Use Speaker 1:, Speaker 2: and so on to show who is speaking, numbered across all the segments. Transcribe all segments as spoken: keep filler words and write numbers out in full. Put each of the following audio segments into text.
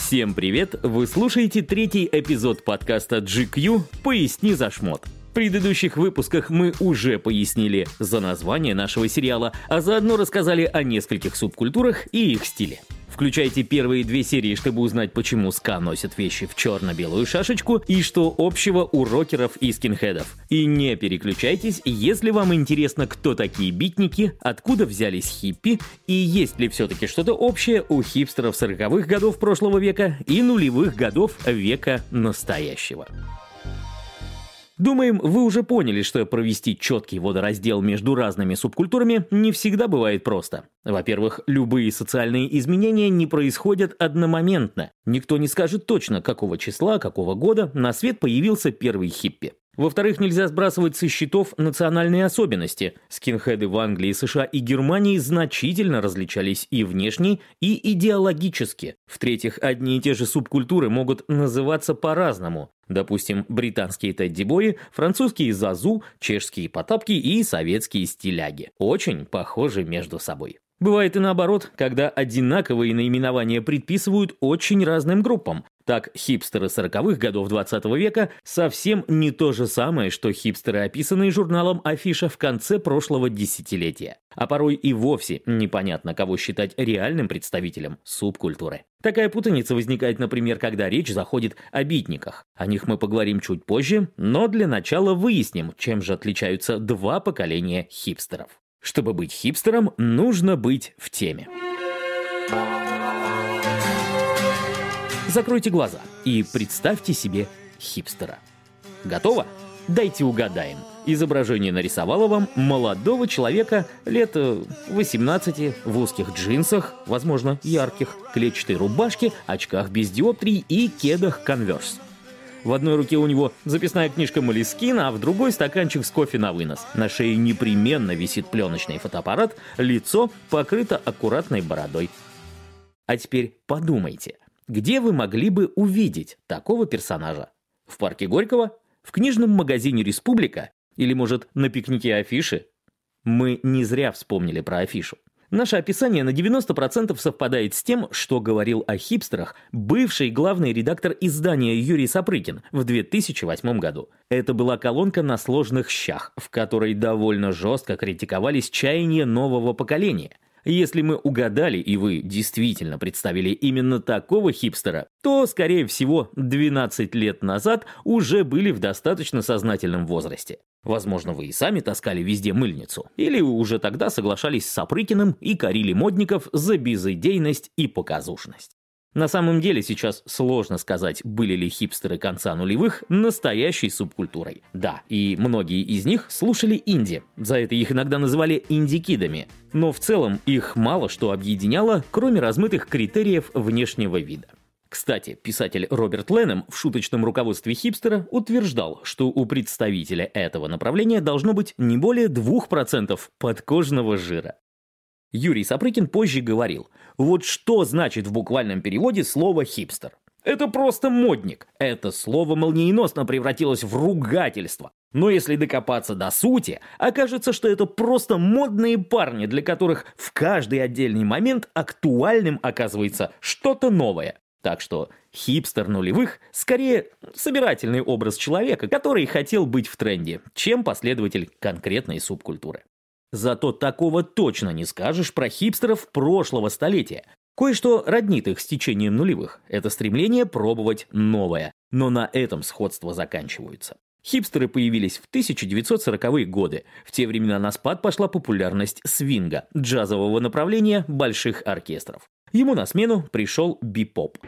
Speaker 1: Всем привет! Вы слушаете третий эпизод подкаста джи кью «Поясни за шмот». В предыдущих выпусках мы уже пояснили за название нашего сериала, а заодно рассказали о нескольких субкультурах и их стиле. Включайте первые две серии, чтобы узнать, почему ска носят вещи в черно-белую шашечку и что общего у рокеров и скинхедов. И не переключайтесь, если вам интересно, кто такие битники, откуда взялись хиппи и есть ли все-таки что-то общее у хипстеров сороковых годов прошлого века и нулевых годов века настоящего. Думаем, вы уже поняли, что провести четкий водораздел между разными субкультурами не всегда бывает просто. Во-первых, любые социальные изменения не происходят одномоментно. Никто не скажет точно, какого числа, какого года на свет появился первый хиппи. Во-вторых, нельзя сбрасывать со счетов национальные особенности. Скинхеды в Англии, США и Германии значительно различались и внешне, и идеологически. В-третьих, одни и те же субкультуры могут называться по-разному. Допустим, британские тедди-бои, французские зазу, чешские потапки и советские стиляги. Очень похожи между собой. Бывает и наоборот, когда одинаковые наименования предписывают очень разным группам. Так, хипстеры сороковых годов двадцатого века совсем не то же самое, что хипстеры, описанные журналом «Афиша» в конце прошлого десятилетия. А порой и вовсе непонятно, кого считать реальным представителем субкультуры. Такая путаница возникает, например, когда речь заходит о битниках. О них мы поговорим чуть позже, но для начала выясним, чем же отличаются два поколения хипстеров. Чтобы быть хипстером, нужно быть в теме. Закройте глаза и представьте себе хипстера. Готово? Дайте угадаем. Изображение нарисовало вам молодого человека лет восемнадцати в узких джинсах, возможно, ярких, клетчатой рубашке, очках без диоптрий и кедах Converse. В одной руке у него записная книжка Moleskine, а в другой стаканчик с кофе на вынос. На шее непременно висит пленочный фотоаппарат, лицо покрыто аккуратной бородой. А теперь подумайте, где вы могли бы увидеть такого персонажа? В парке Горького? В книжном магазине «Республика»? Или, может, на пикнике Афиши? Мы не зря вспомнили про Афишу. Наше описание на девяносто процентов совпадает с тем, что говорил о хипстерах бывший главный редактор издания Юрий Сапрыкин в две тысячи восьмом году. Это была колонка на сложных щах, в которой довольно жестко критиковались чаяния нового поколения. Если мы угадали и вы действительно представили именно такого хипстера, то, скорее всего, двенадцать лет назад уже были в достаточно сознательном возрасте. Возможно, вы и сами таскали везде мыльницу, или уже тогда соглашались с Сапрыкиным и корили модников за безыдейность и показушность. На самом деле сейчас сложно сказать, были ли хипстеры конца нулевых настоящей субкультурой. Да, и многие из них слушали инди, за это их иногда называли инди-кидами, но в целом их мало что объединяло, кроме размытых критериев внешнего вида. Кстати, писатель Роберт Леннем в шуточном руководстве хипстера утверждал, что у представителя этого направления должно быть не более двух процентов подкожного жира. Юрий Сапрыкин позже говорил, вот что значит в буквальном переводе слово «хипстер». Это просто модник. Это слово молниеносно превратилось в ругательство. Но если докопаться до сути, окажется, что это просто модные парни, для которых в каждый отдельный момент актуальным оказывается что-то новое. Так что хипстер нулевых скорее собирательный образ человека, который хотел быть в тренде, чем последователь конкретной субкультуры. Зато такого точно не скажешь про хипстеров прошлого столетия. Кое-что роднит их с течением нулевых. Это стремление пробовать новое. Но на этом сходства заканчиваются. Хипстеры появились в тысяча девятьсот сороковые годы. В те времена на спад пошла популярность свинга, джазового направления больших оркестров. Ему на смену пришел бипоп.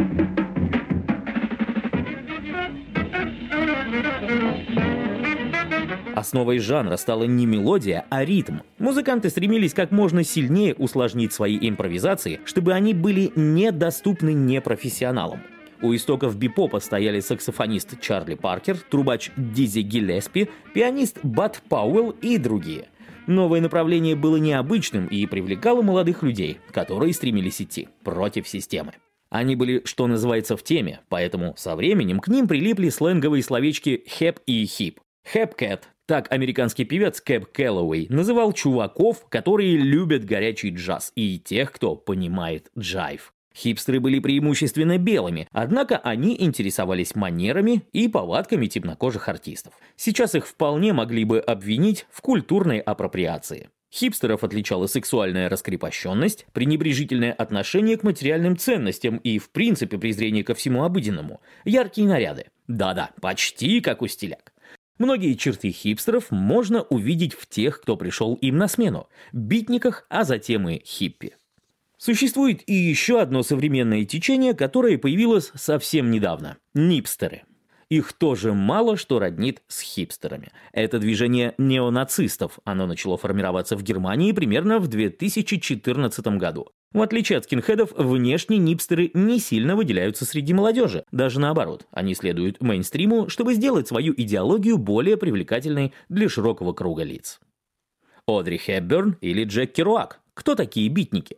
Speaker 1: Основой жанра стала не мелодия, а ритм. Музыканты стремились как можно сильнее усложнить свои импровизации, чтобы они были недоступны непрофессионалам. У истоков бипопа стояли саксофонист Чарли Паркер, трубач Дизи Гиллеспи, пианист Бад Пауэлл и другие. Новое направление было необычным и привлекало молодых людей, которые стремились идти против системы. Они были, что называется, в теме, поэтому со временем к ним прилипли сленговые словечки «хэп» и «хип». «Хэп-кэт» — так американский певец Кэб Кэллоуэй называл чуваков, которые любят горячий джаз, и тех, кто понимает джайв. Хипстеры были преимущественно белыми, однако они интересовались манерами и повадками темнокожих артистов. Сейчас их вполне могли бы обвинить в культурной апроприации. Хипстеров отличала сексуальная раскрепощенность, пренебрежительное отношение к материальным ценностям и, в принципе, презрение ко всему обыденному, яркие наряды. Да-да, почти как у стиляк. Многие черты хипстеров можно увидеть в тех, кто пришел им на смену – битниках, а затем и хиппи. Существует и еще одно современное течение, которое появилось совсем недавно – нипстеры. Их тоже мало что роднит с хипстерами. Это движение неонацистов. Оно начало формироваться в Германии примерно в две тысячи четырнадцатом году. В отличие от скинхедов, внешне нипстеры не сильно выделяются среди молодежи. Даже наоборот, они следуют мейнстриму, чтобы сделать свою идеологию более привлекательной для широкого круга лиц. Одри Хепберн или Джек Керуак. Кто такие битники?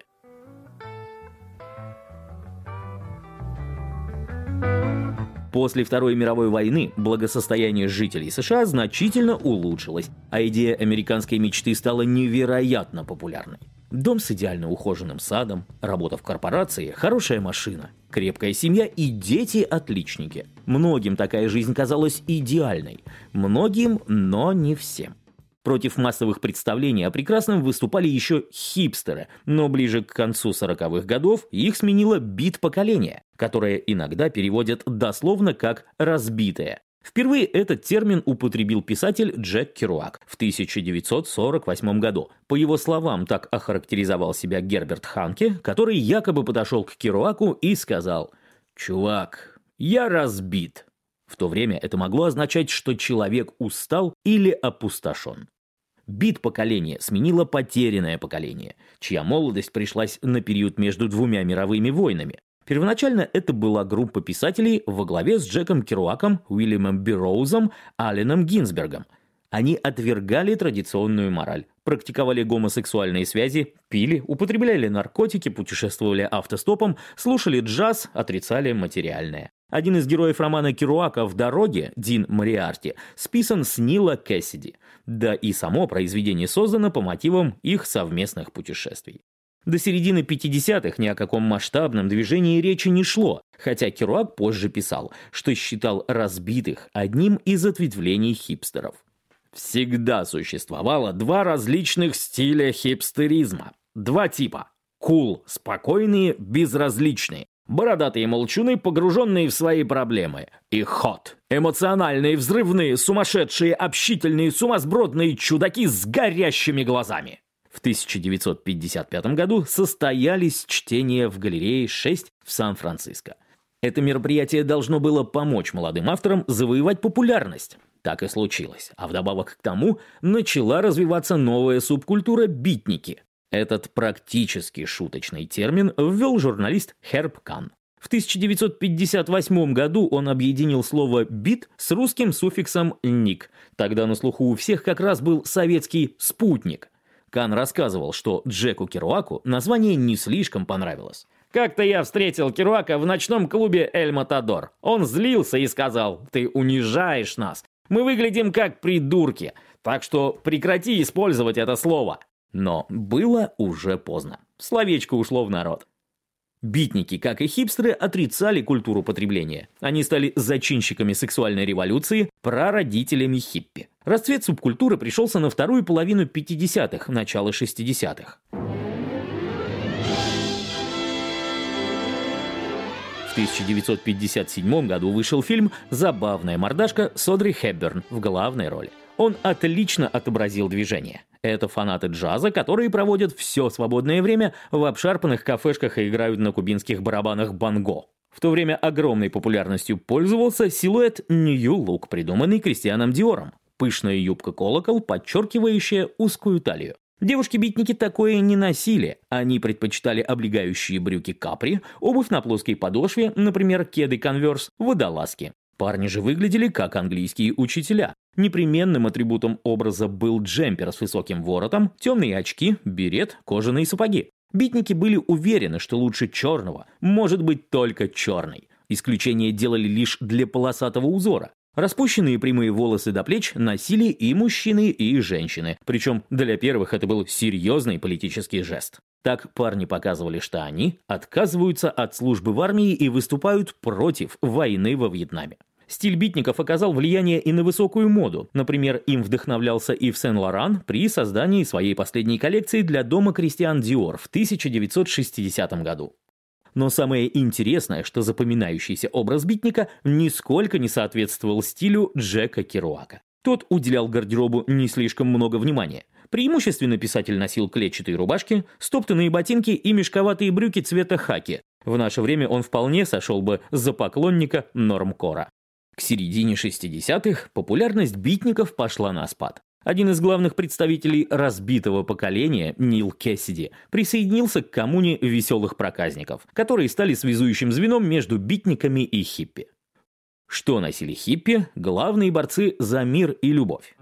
Speaker 1: После Второй мировой войны благосостояние жителей США значительно улучшилось, а идея американской мечты стала невероятно популярной. Дом с идеально ухоженным садом, работа в корпорации, хорошая машина, крепкая семья и дети-отличники. Многим такая жизнь казалась идеальной. Многим, но не всем. Против массовых представлений о прекрасном выступали еще хипстеры, но ближе к концу сороковых годов их сменило бит-поколение, которое иногда переводят дословно как «разбитое». Впервые этот термин употребил писатель Джек Керуак в тысяча девятьсот сорок восьмом году. По его словам, так охарактеризовал себя Герберт Ханке, который якобы подошел к Керуаку и сказал: «Чувак, я разбит». В то время это могло означать, что человек устал или опустошен. Бит-поколение сменило потерянное поколение, чья молодость пришлась на период между двумя мировыми войнами. Первоначально это была группа писателей во главе с Джеком Керуаком, Уильямом Берроузом, Алленом Гинзбергом. Они отвергали традиционную мораль, практиковали гомосексуальные связи, пили, употребляли наркотики, путешествовали автостопом, слушали джаз, отрицали материальное. Один из героев романа Керуака «В дороге», Дин Мориарти, списан с Нила Кэссиди. Да и само произведение создано по мотивам их совместных путешествий. До середины пятидесятых ни о каком масштабном движении речи не шло, хотя Керуак позже писал, что считал разбитых одним из ответвлений хипстеров. Всегда существовало два различных стиля хипстеризма. Два типа. Кул, спокойные, безразличные. Бородатые молчуны, погруженные в свои проблемы. И хот. Эмоциональные, взрывные, сумасшедшие, общительные, сумасбродные чудаки с горящими глазами. В тысяча девятьсот пятьдесят пятом году состоялись чтения в галерее шесть в Сан-Франциско. Это мероприятие должно было помочь молодым авторам завоевать популярность. Так и случилось. А вдобавок к тому начала развиваться новая субкультура «битники». Этот практически шуточный термин ввел журналист Херб Кан. В тысяча девятьсот пятьдесят восьмом году он объединил слово «бит» с русским суффиксом «ник». Тогда на слуху у всех как раз был советский «спутник». Кан рассказывал, что Джеку Керуаку название не слишком понравилось. «Как-то я встретил Керуака в ночном клубе «Эль Матадор». Он злился и сказал: «Ты унижаешь нас. Мы выглядим как придурки, так что прекрати использовать это слово». Но было уже поздно. Словечко ушло в народ. Битники, как и хипстеры, отрицали культуру потребления. Они стали зачинщиками сексуальной революции, прародителями хиппи. Расцвет субкультуры пришелся на вторую половину пятидесятых, начало шестидесятых. В тысяча девятьсот пятьдесят седьмом году вышел фильм «Забавная мордашка» с Одри Хепберн в главной роли. Он отлично отобразил движение. Это фанаты джаза, которые проводят все свободное время в обшарпанных кафешках и играют на кубинских барабанах бонго. В то время огромной популярностью пользовался силуэт New Look, придуманный Кристианом Диором. Пышная юбка-колокол, подчеркивающая узкую талию. Девушки-битники такое не носили. Они предпочитали облегающие брюки капри, обувь на плоской подошве, например, кеды Converse, водолазки. Парни же выглядели как английские учителя. Непременным атрибутом образа был джемпер с высоким воротом, темные очки, берет, кожаные сапоги. Битники были уверены, что лучше черного может быть только черный. Исключение делали лишь для полосатого узора. Распущенные прямые волосы до плеч носили и мужчины, и женщины. Причем для первых это был серьезный политический жест. Так парни показывали, что они отказываются от службы в армии и выступают против войны во Вьетнаме. Стиль битников оказал влияние и на высокую моду. Например, им вдохновлялся Ив Сен-Лоран при создании своей последней коллекции для дома Кристиан Диор в тысяча девятьсот шестидесятом году. Но самое интересное, что запоминающийся образ битника нисколько не соответствовал стилю Джека Керуака. Тот уделял гардеробу не слишком много внимания. Преимущественно писатель носил клетчатые рубашки, стоптанные ботинки и мешковатые брюки цвета хаки. В наше время он вполне сошел бы за поклонника нормкора. К середине шестидесятых популярность битников пошла на спад. Один из главных представителей разбитого поколения, Нил Кэссиди, присоединился к коммуне веселых проказников, которые стали связующим звеном между битниками и хиппи. Что носили хиппи? Главные борцы за мир и любовь.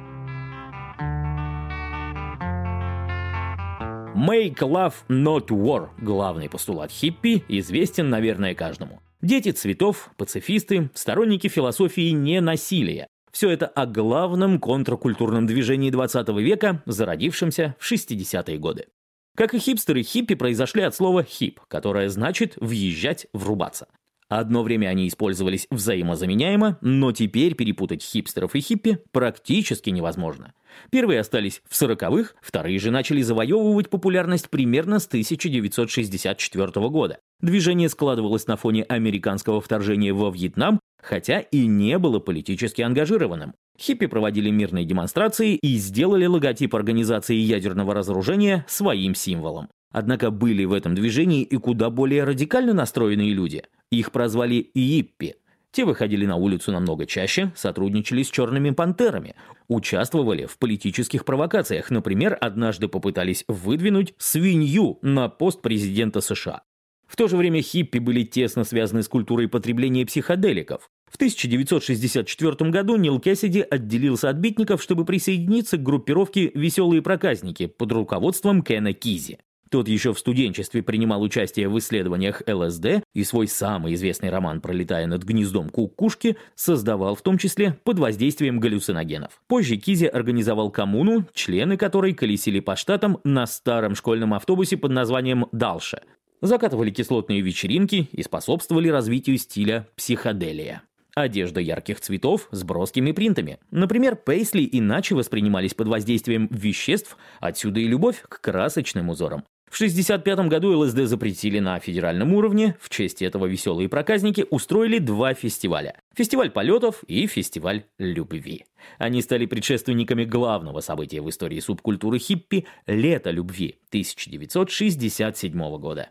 Speaker 1: Make love, not war – главный постулат хиппи, известен, наверное, каждому. Дети цветов, пацифисты, сторонники философии ненасилия. Все это о главном контркультурном движении двадцатого века, зародившемся в шестидесятые годы. Как и хипстеры, хиппи произошли от слова «хип», которое значит «въезжать, врубаться». Одно время они использовались взаимозаменяемо, но теперь перепутать хипстеров и хиппи практически невозможно. Первые остались в сороковых, вторые же начали завоевывать популярность примерно с тысяча девятьсот шестьдесят четвёртого года. Движение складывалось на фоне американского вторжения во Вьетнам, хотя и не было политически ангажированным. Хиппи проводили мирные демонстрации и сделали логотип организации ядерного разоружения своим символом. Однако были в этом движении и куда более радикально настроенные люди. Их прозвали «иппи». Те выходили на улицу намного чаще, сотрудничали с черными пантерами, участвовали в политических провокациях. Например, однажды попытались выдвинуть свинью на пост президента США. В то же время хиппи были тесно связаны с культурой потребления психоделиков. В тысяча девятьсот шестьдесят четвёртом году Нил Кэссиди отделился от битников, чтобы присоединиться к группировке «Веселые проказники» под руководством Кена Кизи. Тот еще в студенчестве принимал участие в исследованиях эл эс дэ и свой самый известный роман «Пролетая над гнездом кукушки» создавал в том числе под воздействием галлюциногенов. Позже Кизи организовал коммуну, члены которой колесили по штатам на старом школьном автобусе под названием «Далше». Закатывали кислотные вечеринки и способствовали развитию стиля психоделия. Одежда ярких цветов с броскими принтами. Например, пейсли иначе воспринимались под воздействием веществ, отсюда и любовь к красочным узорам. В шестьдесят пятом году эл эс дэ запретили на федеральном уровне. В честь этого веселые проказники устроили два фестиваля. Фестиваль полетов и фестиваль любви. Они стали предшественниками главного события в истории субкультуры хиппи – «Лето любви» тысяча девятьсот шестьдесят седьмого года.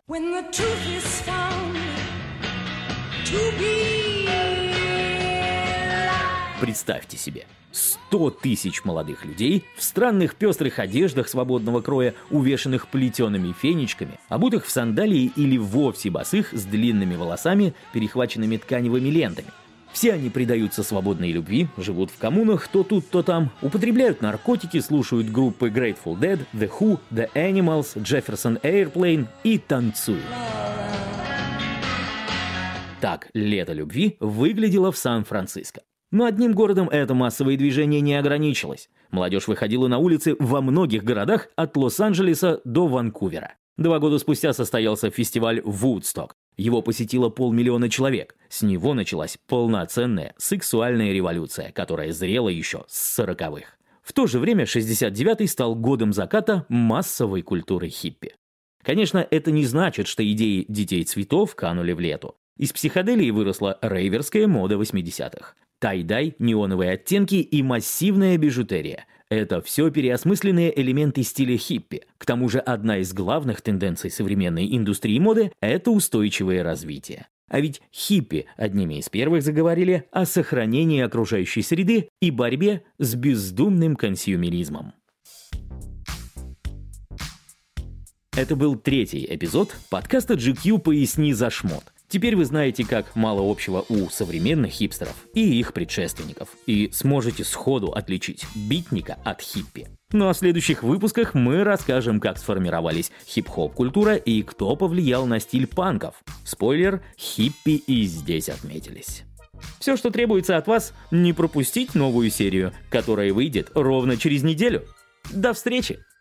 Speaker 1: Представьте себе, сто тысяч молодых людей в странных пестрых одеждах свободного кроя, увешанных плетеными фенечками, обутых в сандалии или вовсе босых с длинными волосами, перехваченными тканевыми лентами. Все они предаются свободной любви, живут в коммунах то тут, то там, употребляют наркотики, слушают группы Grateful Dead, The Who, The Animals, Jefferson Airplane и танцуют. Так «Лето любви» выглядело в Сан-Франциско. Но одним городом это массовое движение не ограничилось. Молодежь выходила на улицы во многих городах от Лос-Анджелеса до Ванкувера. Два года спустя состоялся фестиваль «Вудсток». Его посетило полмиллиона человек. С него началась полноценная сексуальная революция, которая зрела еще с сороковых. В то же время шестьдесят девятый стал годом заката массовой культуры хиппи. Конечно, это не значит, что идеи детей цветов канули в лету. Из психоделии выросла рейверская мода восьмидесятых. Тай-дай, неоновые оттенки и массивная бижутерия. Это все переосмысленные элементы стиля хиппи. К тому же одна из главных тенденций современной индустрии моды – это устойчивое развитие. А ведь хиппи одними из первых заговорили о сохранении окружающей среды и борьбе с бездумным консюмеризмом. Это был третий эпизод подкаста джи кью «Поясни за шмот». Теперь вы знаете, как мало общего у современных хипстеров и их предшественников, и сможете сходу отличить битника от хиппи. Ну а в следующих выпусках мы расскажем, как сформировались хип-хоп-культура и кто повлиял на стиль панков. Спойлер, хиппи и здесь отметились. Все, что требуется от вас, не пропустить новую серию, которая выйдет ровно через неделю. До встречи!